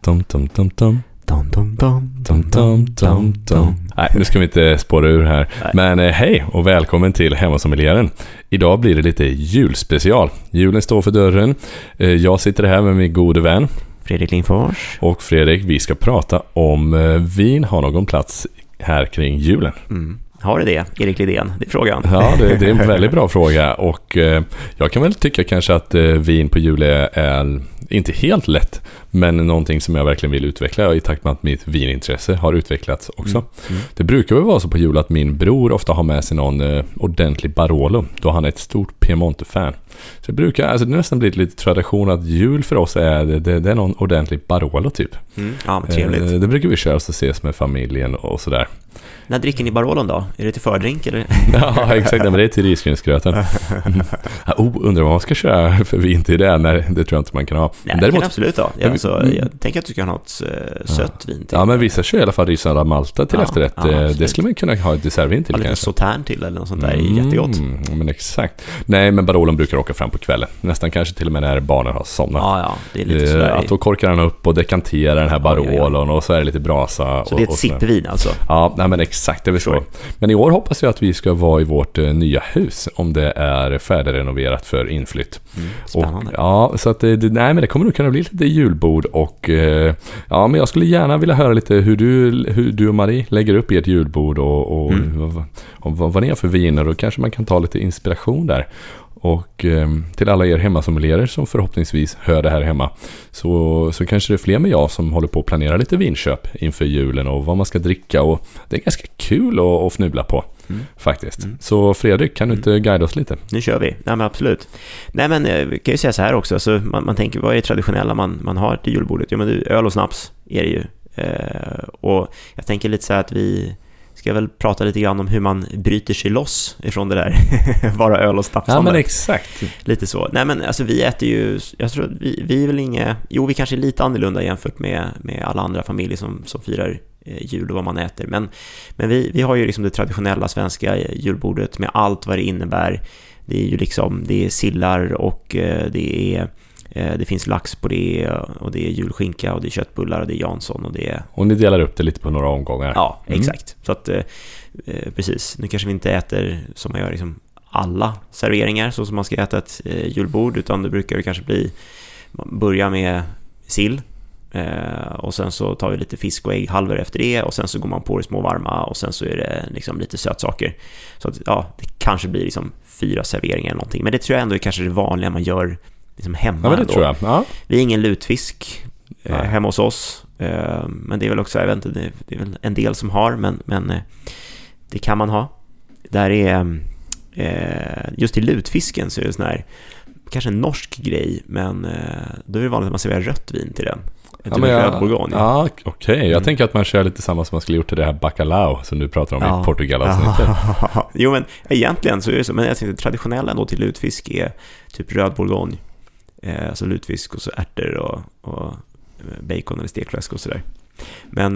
Dum, dum, dum, dum. Nej, nu ska vi inte spåra ur här. Nej. Men hej och välkommen till Hemmasommelieren. Idag blir det lite julspecial. Julen står för dörren. Jag sitter här med min gode vän Fredrik Lindfors. Och Fredrik, vi ska prata om vin har någon plats här kring julen. Har det? Erik Lidén, det är frågan. Ja, det är en väldigt bra fråga. Och jag kan väl tycka kanske att vin på jul är inte helt lätt, men någonting som jag verkligen vill utveckla i takt med att mitt vinintresse har utvecklats också. Det brukar väl vara så på jul att min bror ofta har med sig någon ordentlig Barolo, då han är ett stort Piemonte-fan. Så det brukar alltså nästan bli lite tradition att jul för oss är någon ordentlig Barolo typ. Ja, men trevligt. Det brukar vi köra och ses med familjen och sådär. När dricker ni Barolon då? Är det till fördrink eller? Ja, exakt. Men det är till risgrynsgröten. Undrar vad man ska köra för vin till det. Nej, det tror jag inte man kan ha. Nej, det kan absolut ha. Jag tänker att du ska ha något sött vin till. Ja, men vissa kör i alla fall risad Malta till efterrätt. Det skulle man kunna ha ett dessertvin till. Ja, lite sautern till eller något sånt där. Jättegott. Men exakt. Nej, men Barolon brukar åka fram på kvällen. Nästan kanske till och med när barnen har somnat. Ja, det är lite sådär. Att då korkar han upp och dekanterar den här Barolon och så är det lite brasa. Så det är ett sippvin alltså? Ja, nej, men exakt, det är så. Men i år hoppas jag att vi ska vara i vårt nya hus om det är färdigrenoverat för inflytt. Spännande. Så att nej, men det kommer nog kunna bli lite julbord och men jag skulle gärna vilja höra lite hur du och Marie lägger upp ert julbord och vad ni har för viner, och kanske man kan ta lite inspiration där. Och till alla er hemmasommelierer som förhoppningsvis hör det här hemma, så kanske det är fler med jag som håller på att planera lite vinköp inför julen och vad man ska dricka, och det är ganska kul att fnubla på faktiskt. Så Fredrik, kan du inte guida oss lite? Nu kör vi. Nej, men absolut. Nej, men vi kan ju säga så här också, så man tänker, vad är det traditionella man har till julbordet? Ja, men öl och snaps är det ju. Och jag tänker lite så här att vi ska väl prata lite grann om hur man bryter sig loss ifrån det där bara öl och snaps. Ja, men exakt. Lite så. Nej, men alltså vi äter ju, jag tror vi är väl inga, vi kanske är lite annorlunda jämfört med alla andra familjer som firar jul och vad man äter. Men vi har ju liksom det traditionella svenska julbordet med allt vad det innebär. Det är ju liksom, det är sillar och det finns lax på det, och det är julskinka och det är köttbullar och det är Jansson och det är... Och ni delar upp det lite på några omgångar. Ja, exakt. Så att precis, nu kanske vi inte äter som man gör liksom alla serveringar så som man ska äta ett julbord, utan det brukar kanske börja med sill, och sen så tar vi lite fisk och ägghalvor efter det, och sen så går man på det små varma, och sen så är det liksom lite sötsaker. Så att det kanske blir liksom 4 serveringar eller någonting, men det tror jag ändå är kanske det vanliga man gör liksom hemma. Ja, men det tror jag. Ja. Vi är ingen lutfisk hemma hos oss, men det är väl också, jag vet inte, det är väl en del som har, men det kan man ha. Där är just i lutfisken så är det sån här, kanske en norsk grej, men då är det vanligt att man serverar rött vin till den. Röd bourgogne. Ja, okej. Jag tänker att man kör lite samma som man skulle gjort till det här bacalao som du pratar om i Portugal-avsnittet. Jo, men egentligen så är det så. Men jag tänkte traditionella ändå till lutfisk är typ röd bourgogne. Så lutfisk och så ärtor och bacon eller stekfläsk och sådär. Men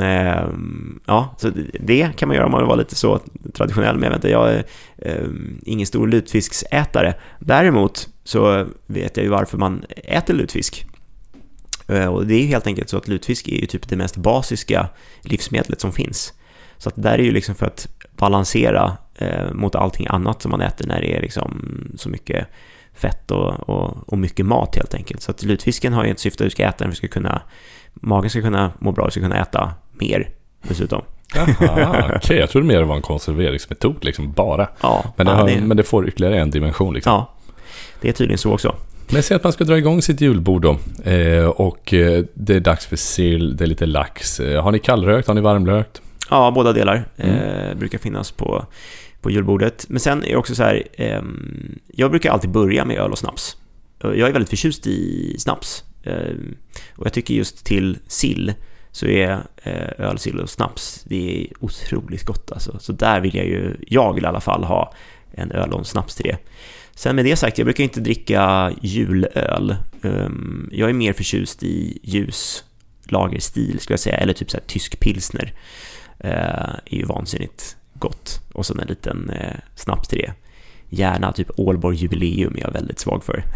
så det kan man göra om man var lite så traditionell. Men jag är ingen stor lutfisksätare. Däremot så vet jag ju varför man äter lutfisk. Och det är ju helt enkelt så att lutfisk är ju typ det mest basiska livsmedlet som finns. Så att där är ju liksom för att balansera mot allting annat som man äter när det är liksom så mycket fett och mycket mat helt enkelt. Så att lutfisken har ju ett syfte att du ska äta den, magen ska kunna må bra, du ska kunna äta mer dessutom. Okej, jag trodde mer det var en konserveringsmetod liksom bara. Ja, men det får ytterligare en dimension liksom. Ja, det är tydligen så också. Men säg att man ska dra igång sitt julbord då, och det är dags för sill, det är lite lax. Har ni kallrökt, har ni varmrökt? Ja, båda delar brukar finnas på julbordet. Men sen är det också så här, jag brukar alltid börja med öl och snaps. Jag är väldigt förtjust i snaps. Och jag tycker just till sill så är öl, sill och snaps, det är otroligt gott alltså. Så där vill jag vill i alla fall ha en öl och en snaps till det. Sen med det sagt, jag brukar inte dricka julöl. Jag är mer förtjust i ljus lagerstil skulle jag säga, eller typ så här tysk pilsner. Är ju vansinnigt gott. Och så en liten snaps till det. gärna typ Ålborg jubileum är jag väldigt svag för.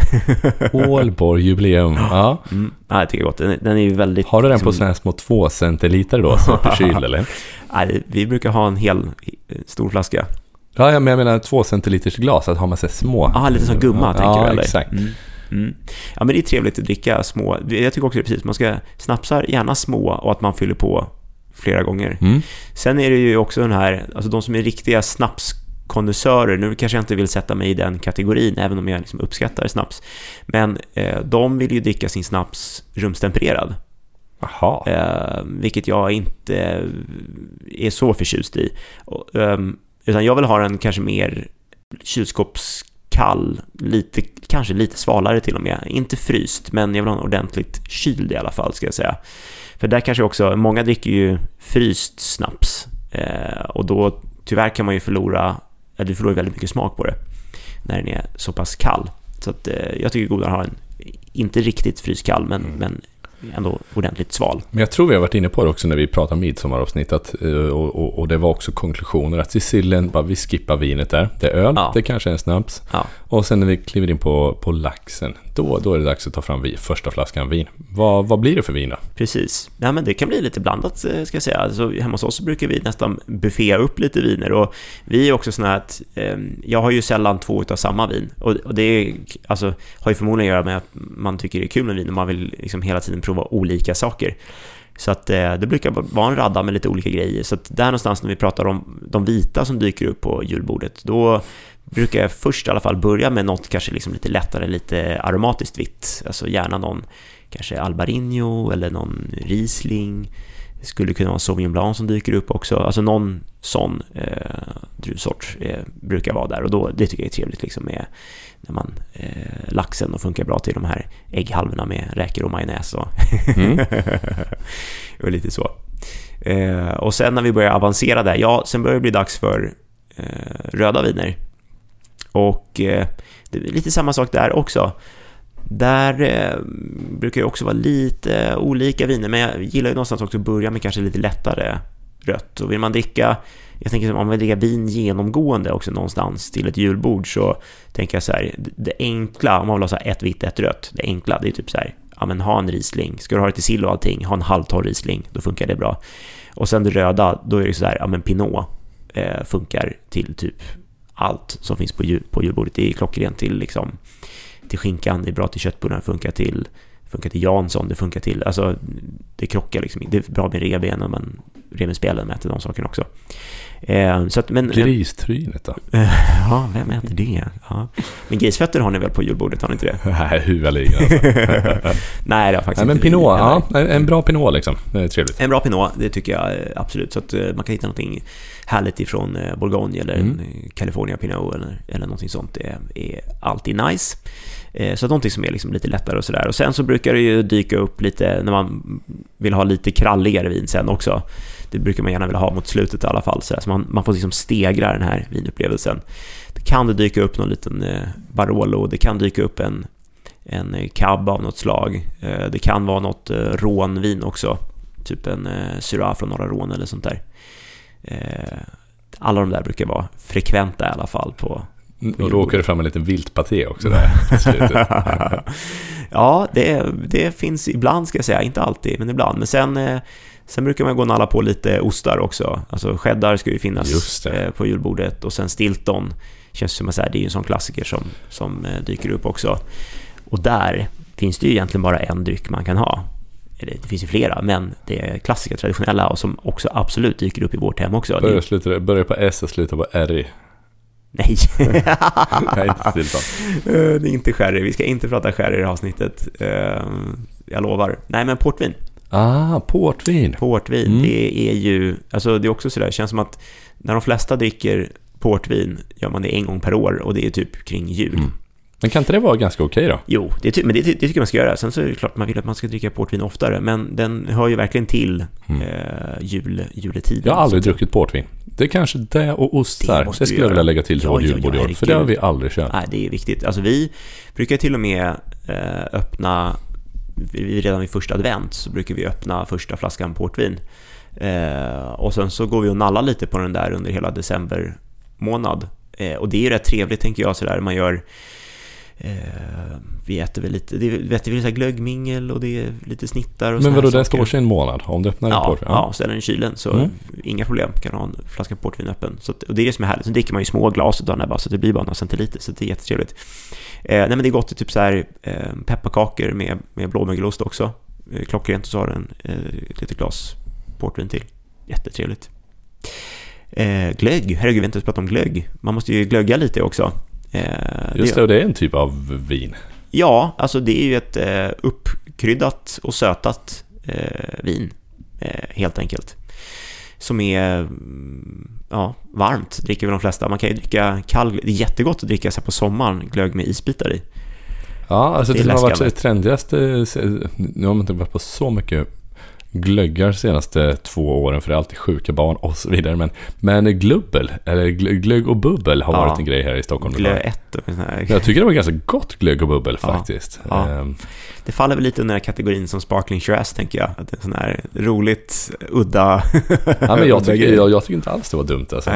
Ålborg jubileum, ja. Ja, jag tycker gott. Den är ju väldigt... Har du den på sådana här små 2 centiliter då, så på kyl eller? Nej, vi brukar ha en hel stor flaska. Ja, men jag menar 2 centiliters glas, att ha man sig små. Ja, lite som gumma, tänker du, eller? Exakt. Ja, men det är trevligt att dricka små. Jag tycker också det är precis, man ska snapsa gärna små och att man fyller på flera gånger. Sen är det ju också den här, alltså de som är riktiga snapskonnässörer, nu kanske jag inte vill sätta mig i den kategorin, även om jag liksom uppskattar snaps, men de vill ju dricka sin snaps rumstempererad. Jaha. Vilket jag inte är så förtjust i. Utan jag vill ha den kanske mer kylskåpskall, kanske lite svalare till och med. Inte fryst, men jag vill ha en ordentligt kyld i alla fall, ska jag säga. För där kanske också, många dricker ju fryst snaps. Och då tyvärr kan man ju förlorar väldigt mycket smak på det när den är så pass kall. Så att jag tycker godare har en inte riktigt fryskall, men ändå ordentligt sval. Men jag tror vi har varit inne på det också när vi pratade om midsommaravsnitt, och det var också konklusioner att Sicilien, bara vi skippar vinet där. Det är öl, det kanske är en snaps. Ja. Och sen när vi kliver in på laxen, då är det dags att ta fram första flaskan vin. Vad blir det för vin då? Precis. Ja, men det kan bli lite blandat, ska jag säga. Alltså, hemma hos oss brukar vi nästan bufféa upp lite viner, och vi är också såna att jag har ju sällan 2 utav samma vin, och det är, alltså, har ju förmodligen att göra med att man tycker det är kul med vin och man vill liksom hela tiden prova olika saker. Så att det brukar vara en radda med lite olika grejer. Så att där någonstans när vi pratar om de vita som dyker upp på julbordet, då brukar jag först i alla fall börja med något kanske liksom lite lättare, lite aromatiskt vitt. Alltså gärna någon kanske Albarino eller någon Riesling. Det skulle kunna vara Sauvignon Blanc som dyker upp också. Alltså någon sån druvsort brukar vara där. Och då, det tycker jag är trevligt liksom, med när man laxen och funkar bra till de här ägghalvorna med räkor och majonnäs och, och lite så. Och sen när vi börjar avancera där, sen börjar det bli dags för röda viner. Och det är lite samma sak där också. Där brukar det också vara lite olika viner, men jag gillar ju någonstans också att börja med kanske lite lättare rött. Och vill man dricka, jag tänker om man vill dricka vin genomgående också någonstans till ett julbord, så tänker jag så här, det enkla, om man vill ha så här 1 vitt, 1 rött, det enkla, det är typ så här, ja men ha en Riesling, ska du ha det till sill och allting, ha en halvtorr Riesling, då funkar det bra. Och sen det röda, då är det så här, ja men Pinot funkar till typ allt som finns på julbordet. Det är klockrent till liksom, till skinkan, det är bra till köttbullar, funkar till Jansson, det funkar till, alltså det krockar liksom, det är bra med revben och revbensspjällen med de sakerna också. Så att, men gristrynet då? Ja, vem äter det? Ja. Men grisfötter har ni väl på julbordet, har ni inte det? Nej, huvudligen alltså. Nej, det har faktiskt men inte. Pinot, en bra Pinot liksom, det är trevligt. En bra Pinot, det tycker jag absolut, så att man kan hitta någonting härligt ifrån Bourgogne eller California Pinot eller någonting sånt, det är alltid nice. Så att någonting som är liksom lite lättare och sådär. Och sen så brukar det ju dyka upp lite när man vill ha lite kralligare vin sen också. Det brukar man gärna vilja ha mot slutet i alla fall. Så man får liksom stegra den här vinupplevelsen. Det kan dyka upp någon liten Barolo. Det kan dyka upp en cab av något slag. Det kan vara något rånvin också. Typ en Syrah från norra Rån eller sånt där. Alla de där brukar vara frekventa i alla fall på. Och då åker det fram en liten viltpaté också där på slutet. Ja, det finns ibland, ska jag säga, inte alltid, men ibland. Men sen brukar man gå och nalla på lite ostar också. Alltså cheddar ska ju finnas på julbordet, och sen Stilton känns som att säga, det är ju en sån klassiker som dyker upp också. Och där finns det ju egentligen bara en dryck man kan ha. Det finns ju flera, men det är klassiska, traditionella, och som också absolut dyker upp i vårt hem också. Börjar på S och slutar på R. Nej. Nej, inte Stilton. Det är inte sherry. Vi ska inte prata sherry i det här avsnittet. Jag lovar. Nej, men portvin. Portvin. Portvin, det är ju, alltså det är också sådär, det känns som att när de flesta dricker portvin gör man det en gång per år, och det är typ kring jul. Men kan inte det vara ganska okej då? Jo, det tycker man ska göra. Sen så är det klart man vill att man ska dricka portvin oftare, men den hör ju verkligen till juletiden. Jag har aldrig druckit portvin. Det är kanske det och ostar. Det skulle jag vilja lägga till vår julbord i år, för det har vi aldrig kört. Nej, det är viktigt. Alltså vi brukar till och med öppna, redan vid första advent så brukar vi öppna första flaskan portvin. Och sen så går vi och nallar lite på den där under hela december månad. Och det är ju rätt trevligt, tänker jag, sådär man gör. Vi äter väl lite, vi äter väl så här glöggmingel och det är lite snittar och. Men vadå, den står sig en månad om du öppnar en portvin? Ja, ställer den i kylen så inga problem, kan ha en flaska portvin öppen. Så och det är det som är härligt. Så dricker man ju små glas och bara, så det blir bara några centiliter, så det är jättetrevligt. Nej, men det är gott, typ så här pepparkakor med blåmögelost också. Klockrent, och så har den ett litet glas portvin till. Jättetrevligt. Glögg, herregud, vi har inte pratat om glögg. Man måste ju glögga lite också. Just det, och det är en typ av vin. Ja, alltså det är ju ett uppkryddat och sötat vin, helt enkelt. Som är varmt, dricker vi de flesta. Man kan ju dricka kall, det är jättegott att dricka så här på sommaren, glögg med isbitar i. Ja, alltså det som har varit trendigaste, nu har man inte varit på så mycket glöggar senaste 2 åren, för det är alltid sjuka barn och så vidare, men glubbel, eller glögg och bubbel har varit en grej här i Stockholm. Jag tycker det var ganska gott glögg och bubbel faktiskt. Det faller väl lite under den här kategorin som Sparkling Shiraz, tänker jag, att det är sån här roligt, udda. Men jag tycker inte alls det var dumt alltså.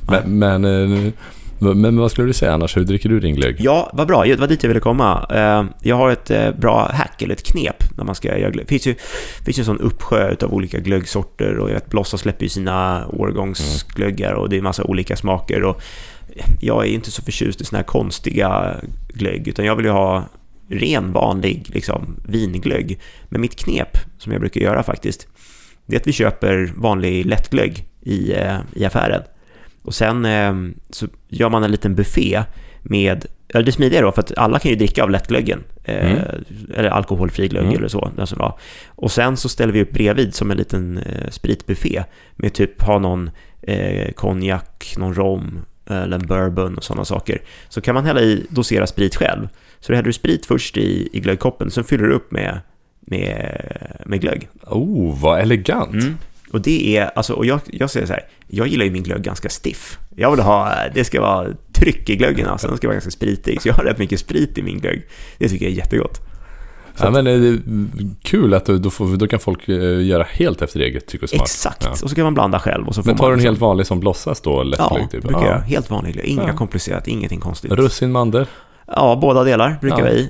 Men vad skulle du säga annars? Hur dricker du din glögg? Ja, vad bra. Det var dit jag ville komma. Jag har ett bra hack, eller ett knep när man ska göra glögg. Det finns ju en sån uppsjö av olika glöggsorter, och jag vet, Blossa släpper ju sina årgångsglöggar och det är massa olika smaker, och jag är inte så förtjust i såna här konstiga glögg, utan jag vill ju ha ren, vanlig liksom, vinglögg. Men mitt knep, som jag brukar göra faktiskt, det är att vi köper vanlig lättglögg i affären. Och sen så gör man en liten buffé med, eller det smidiga då, för att alla kan ju dricka av lättglöggen, eller alkoholfri glögg eller så, den som var. Och sen så ställer vi upp bredvid som en liten spritbuffé med typ ha någon konjak, någon rom eller en bourbon och sådana saker. Så kan man hälla i, dosera sprit själv. Så då häller du sprit först i glöggkoppen, sen fyller du upp med glögg. Vad elegant. Och det är, alltså, och jag säger så här, jag gillar ju min glögg ganska stiff. Jag vill ha, det ska vara tryck i glöggen, alltså, den ska vara ganska spritig. Så jag har rätt mycket sprit i min glögg. Det tycker jag är jättegott. Men det är kul att då kan folk göra helt efter eget tycker smak. Exakt, och så kan man blanda själv. Och så men får tar man du en helt vanlig som blossas då? Lättglögg, typ. Brukar jag. Helt vanlig glögg, inga komplicerat, ingenting konstigt. Russin, mandel? Ja, båda delar brukar vi.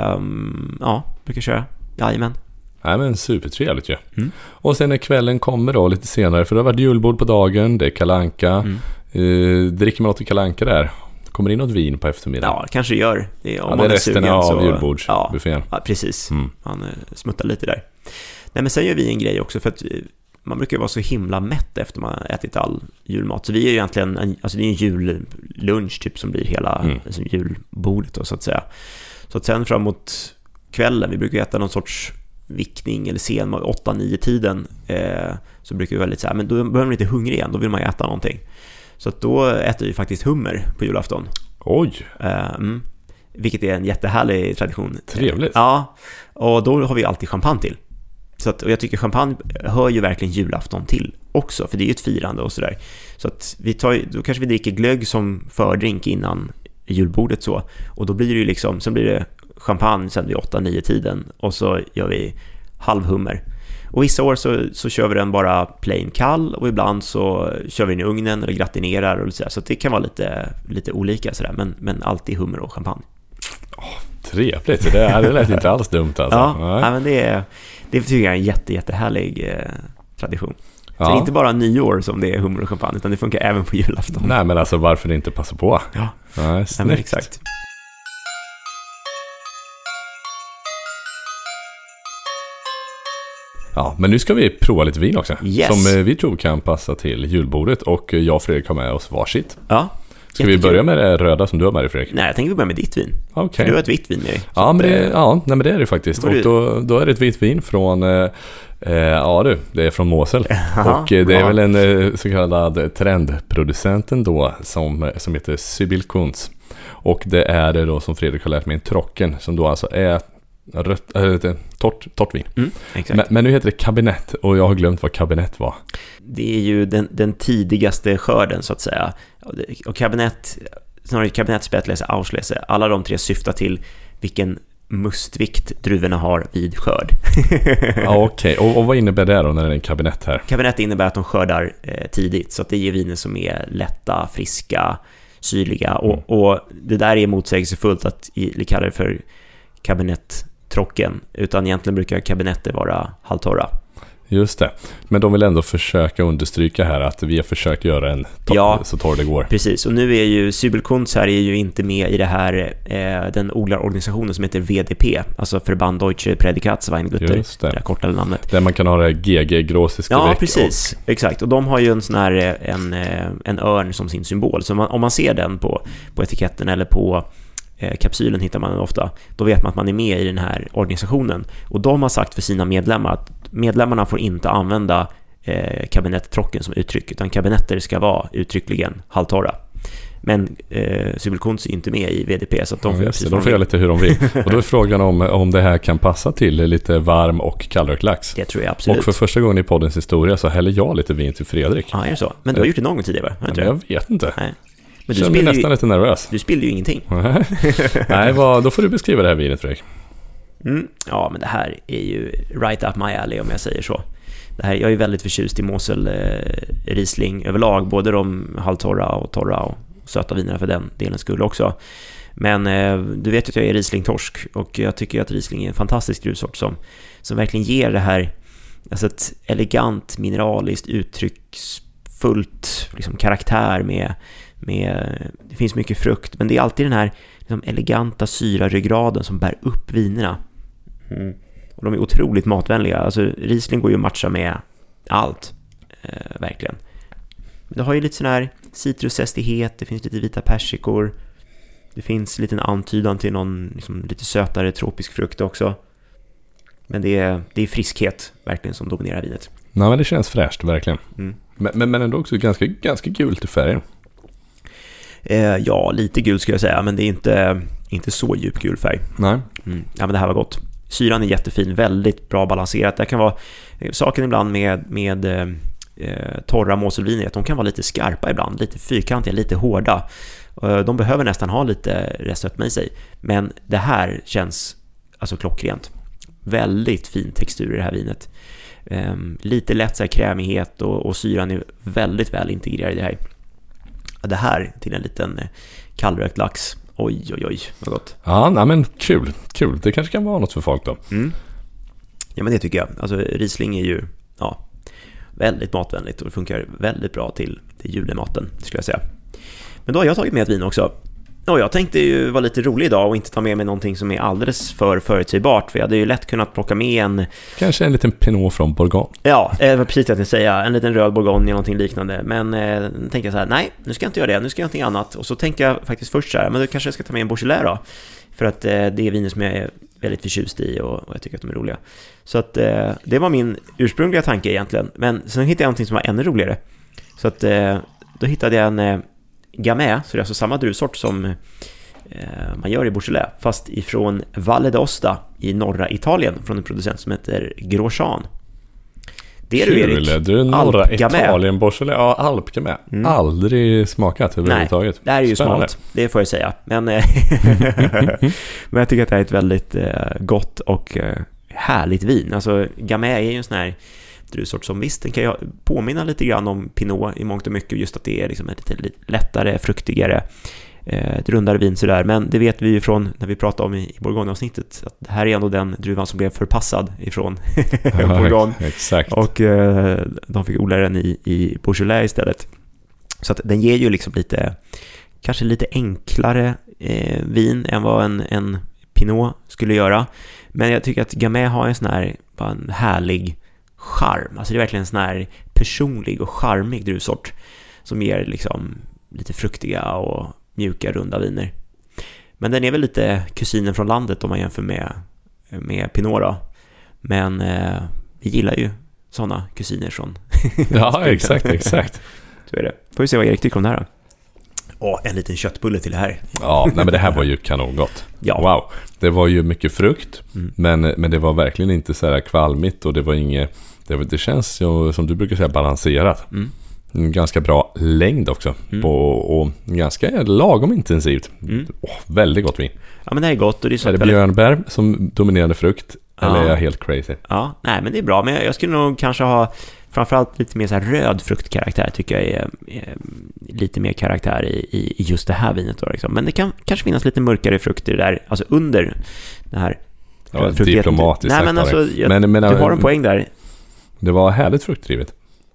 Brukar köra. Jajamän. Nej, men supertrevligt ju. Och sen när kvällen kommer då lite senare, för det har varit julbord på dagen, det är Kalle Anka. Dricker man något i Kalle Anka där? Kommer in något vin på eftermiddagen? Ja, kanske gör. Det är, om det är man resterna av julbordsbuffén. Ja, precis. Man smuttar lite där. Nej, men sen gör vi en grej också, för att man brukar vara så himla mätt efter man har ätit all julmat. Så vi är ju egentligen det är en jullunch typ som blir hela julbordet då, så att säga. Så att sen framåt kvällen, vi brukar äta någon sorts vickning eller sen 8-9 tiden, så brukar vi väldigt så här, men då börjar man lite hungrig igen, då vill man äta någonting. Så att då äter vi faktiskt hummer på julafton. Oj! Vilket är en jättehärlig tradition. Trevligt. Ja, och då har vi alltid champagne till. Så att, och jag tycker champagne hör ju verkligen julafton till också, för det är ju ett firande och sådär. Så att då kanske vi dricker glögg som fördrink innan julbordet så. Och då blir det ju liksom, sen blir det champagne sen vid 8-9 tiden, och så gör vi halvhummer. Och vissa år så kör vi den bara plain kall, och ibland så kör vi den i ugnen eller gratinerar och så där. Så det kan vara lite olika sådär, men alltid hummer och champagne. Trevligt, det lät inte alls dumt alltså. Ja, men det tycker jag är en jättehärlig tradition. Så det är inte bara nyår som det är hummer och champagne, utan det funkar även på julafton. Nej, men alltså varför inte passa på? Ja, men exakt. Ja, men nu ska vi prova lite vin också. Yes. Som vi tror kan passa till julbordet. Och jag och Fredrik har med oss varsitt. Ja. Ska vi börja med det röda som du har med dig, Fredrik? Nej, jag tänkte börja med ditt vin. Okay. Du har ett vitt vin med dig. Ja, men det är det faktiskt. Och då är det ett vitt vin från det är från Mosel. Och det är väl en så kallad trendproducenten då som heter Sibyl Kunz. Och det är det då som Fredrik har lärt mig, en trocken, som då alltså är torrt vin. Exakt. Men nu heter det kabinett, och jag har glömt vad kabinett var. Det är ju den tidigaste skörden så att säga. Och kabinett, snarare kabinettspätlese, auslese, alla de tre syftar till vilken mustvikt druvorna har vid skörd. Okej. Och vad innebär det då när det är en kabinett här? Kabinett innebär att de skördar tidigt, så att det ger viner som är lätta, friska, syrliga. Och det där är motsägelsefullt att kalla det för kabinettrocken, utan egentligen brukar kabinetter vara halvtorra. Just det. Men de vill ändå försöka understryka här att vi har försökt göra en så torr det går. Precis. Och nu är ju Zübelkunz här är ju inte med i det här den odlarorganisationen som heter VDP, alltså Verband Deutsche Prädikatsweingutter. Just det. Det korta namnet. Där man kan ha det här GG Großes Ja, precis. Exakt. Och de har ju en sån här en örn som sin symbol. Så om man ser den på etiketten eller på kapsylen hittar man den ofta, då vet man att man är med i den här organisationen. Och de har sagt för sina medlemmar att medlemmarna får inte använda kabinettrocken som uttryck, utan kabinetter ska vara uttryckligen halvtorra. Men Zübelkunz är inte med i VDP, så att de får göra lite hur de vill. Och då är frågan om det här kan passa till lite varm och kallrökt lax. Det tror jag absolut. Och för första gången i poddens historia så häller jag lite vin till Fredrik. Ja, är det så? Men du har gjort det någon gång tidigare, va? Jag vet inte. Nej. Men du blir nästan lite nervös. Du spillde ju ingenting. Nej, då får du beskriva det här vinet, Fredrik. Ja, men det här är ju right up my alley, om jag säger så. Jag är väldigt förtjust i Mosel Riesling överlag, både de halvtorra och torra och söta vinerna för den delens skull också. Men du vet att jag är Riesling-torsk, och jag tycker att Riesling är en fantastisk druvsort som verkligen ger det här, alltså ett elegant, mineraliskt, uttrycksfullt liksom, karaktär med det finns mycket frukt, men det är alltid den här liksom, eleganta syraryggraden som bär upp vinerna. Och de är otroligt matvänliga. Alltså Riesling går ju att matcha med allt, verkligen. Men det har ju lite sån här citrusestighet, det finns lite vita persikor, det finns lite antydan till någon liksom, lite sötare tropisk frukt också. Men det är friskhet verkligen som dominerar vinet. Nej, men det känns fräscht, verkligen. Men ändå också ganska gult i färgen. Ja, lite gul skulle jag säga, men det är inte så djupgul färg. Nej. Ja, men det här var gott. Syran är jättefin, väldigt bra balanserat. Det kan vara saken ibland med torra moselviner, att de kan vara lite skarpa ibland, lite fyrkantiga, lite hårda. De behöver nästan ha lite restsötma i sig. Men det här känns alltså klockrent. Väldigt fin textur i det här vinet. Lite lätt så här krämighet och syran är väldigt väl integrerad i det här. Det här till en liten kallrökt lax. Oj, vad gott. Ja, nej, men kul. Det kanske kan vara något för folk då. Ja, men det tycker jag. Alltså Riesling är ju väldigt matvänligt och det funkar väldigt bra till julematen, skulle jag säga. Men då har jag tagit med ett vin också. Och jag tänkte ju vara lite rolig idag och inte ta med mig någonting som är alldeles för förutsägbart, för jag hade ju lätt kunnat plocka med kanske en liten Pinot från Bourgogne. Ja, det var precis det jag tänkte säga. En liten röd Bourgogne eller någonting liknande. Men tänkte jag så här, nej, nu ska jag inte göra det. Nu ska jag göra någonting annat. Och så tänkte jag faktiskt först så här, men då kanske jag ska ta med en Beaujolais då. För att det är viner som jag är väldigt förtjust i och jag tycker att de är roliga. Så att det var min ursprungliga tanke egentligen. Men sen hittade jag någonting som var ännu roligare. Så att då hittade jag en Gamay, så det är alltså samma druvsort som man gör i Beaujolais, fast ifrån Valle d'Aosta i norra Italien, från en producent som heter Grosjean. Det är kul, du, Erik. Du, norra Italien, Beaujolais, ja, Alpgamay. Aldrig smakat överhuvudtaget. Nej, det här är ju smalt, det får jag säga. Men, men jag tycker att det är ett väldigt gott och härligt vin. Alltså Gamay är ju en sån här druvsort som visst, den kan jag påminna lite grann om Pinot i mångt och mycket, just att det är liksom ett lite lättare, fruktigare, ett rundare vin sådär. Men det vet vi ju från när vi pratade om i Bourgogne-avsnittet, att det här är ändå den druvan som blev förpassad ifrån Bourgogne. Exakt. Och de fick odla den i Beaujolais istället. Så att den ger ju liksom kanske lite enklare vin än vad en Pinot skulle göra. Men jag tycker att Gamay har en sån här, bara en härlig charm. Alltså det är verkligen en sån här personlig och charmig druvsort som ger liksom lite fruktiga och mjuka, runda viner. Men den är väl lite kusinen från landet om man jämför med Pinot då. Men vi gillar ju sådana kusiner från ja, exakt. Så är det. Får vi se vad Erik tycker om det här då. En liten köttbulle till det här. Ja, nej, men det här var ju kanongott. Ja. Wow. Det var ju mycket frukt, men det var verkligen inte så här kvalmigt, och det var inget, det känns ju, som du brukar säga, balanserat. Ganska bra längd också och ganska lagom intensivt. Väldigt gott vin. Ja, men det är gott. Och det är det björnbär som dominerande frukt? Eller är jag helt crazy? Ja, nej, men det är bra. Men jag skulle nog kanske ha framförallt lite mer så här röd fruktkaraktär tycker jag är lite mer karaktär i just det här vinet då, liksom. Men det kan kanske finnas lite mörkare frukter där, alltså under den här diplomatiskt. Nej, men alltså, du har en poäng där. Det var härligt fruktdrivet.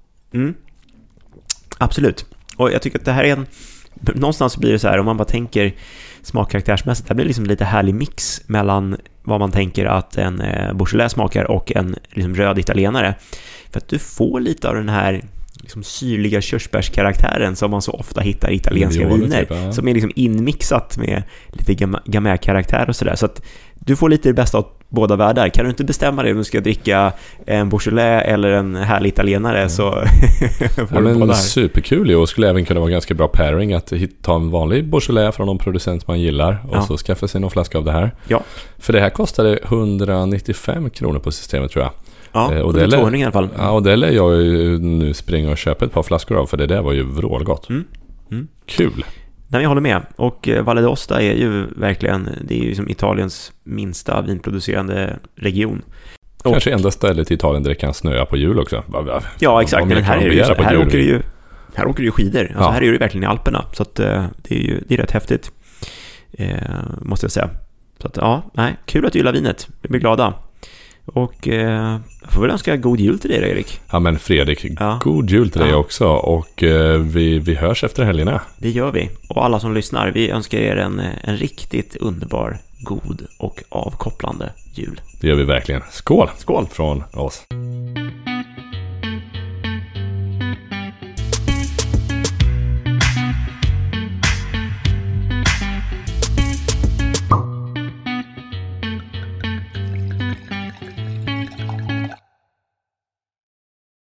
Absolut. Och jag tycker att det här är någonstans blir det så här, om man bara tänker smakkaraktärsmässigt, det blir liksom lite härlig mix mellan vad man tänker att en Beaujolais smakar och en liksom röd italienare. För att du får lite av den här liksom syrliga körsbärskaraktären som man så ofta hittar i italienska viner, typ, ja. Som är liksom inmixat med lite gamay-karaktär och sådär. Så att du får lite det bästa av båda världar. Kan du inte bestämma dig om du ska dricka en Beaujolais eller en härlig italienare, så får du båda här. Superkul, och skulle även kunna vara ganska bra pairing att ta en vanlig Beaujolais från någon producent man gillar och så skaffa sig någon flaska av det här. Ja. För det här kostade 195 kronor på systemet, tror jag. Ja, och det 200 i alla fall. Ja, och det lär jag ju nu springa och köpa ett par flaskor av, för det där var ju vrålgott. Kul. Nej, jag håller med. Och Valle d'Aosta är ju verkligen, det är ju som Italiens minsta vinproducerande region. Kanske enda stället i Italien där det kan snöa på jul också. Ja, exakt. Men här åker det ju skidor. Alltså, här är det verkligen i Alperna. Så att, det är rätt häftigt, måste jag säga. Så att, kul att du gillar vinet. Vi blir glada. Och jag får väl önska god jul till dig, Erik. Ja, men Fredrik, god jul till dig också. Och vi hörs efter helgerna. Det gör vi. Och alla som lyssnar, vi önskar er en riktigt underbar, god och avkopplande jul. Det gör vi verkligen. Skål! Skål! Från oss.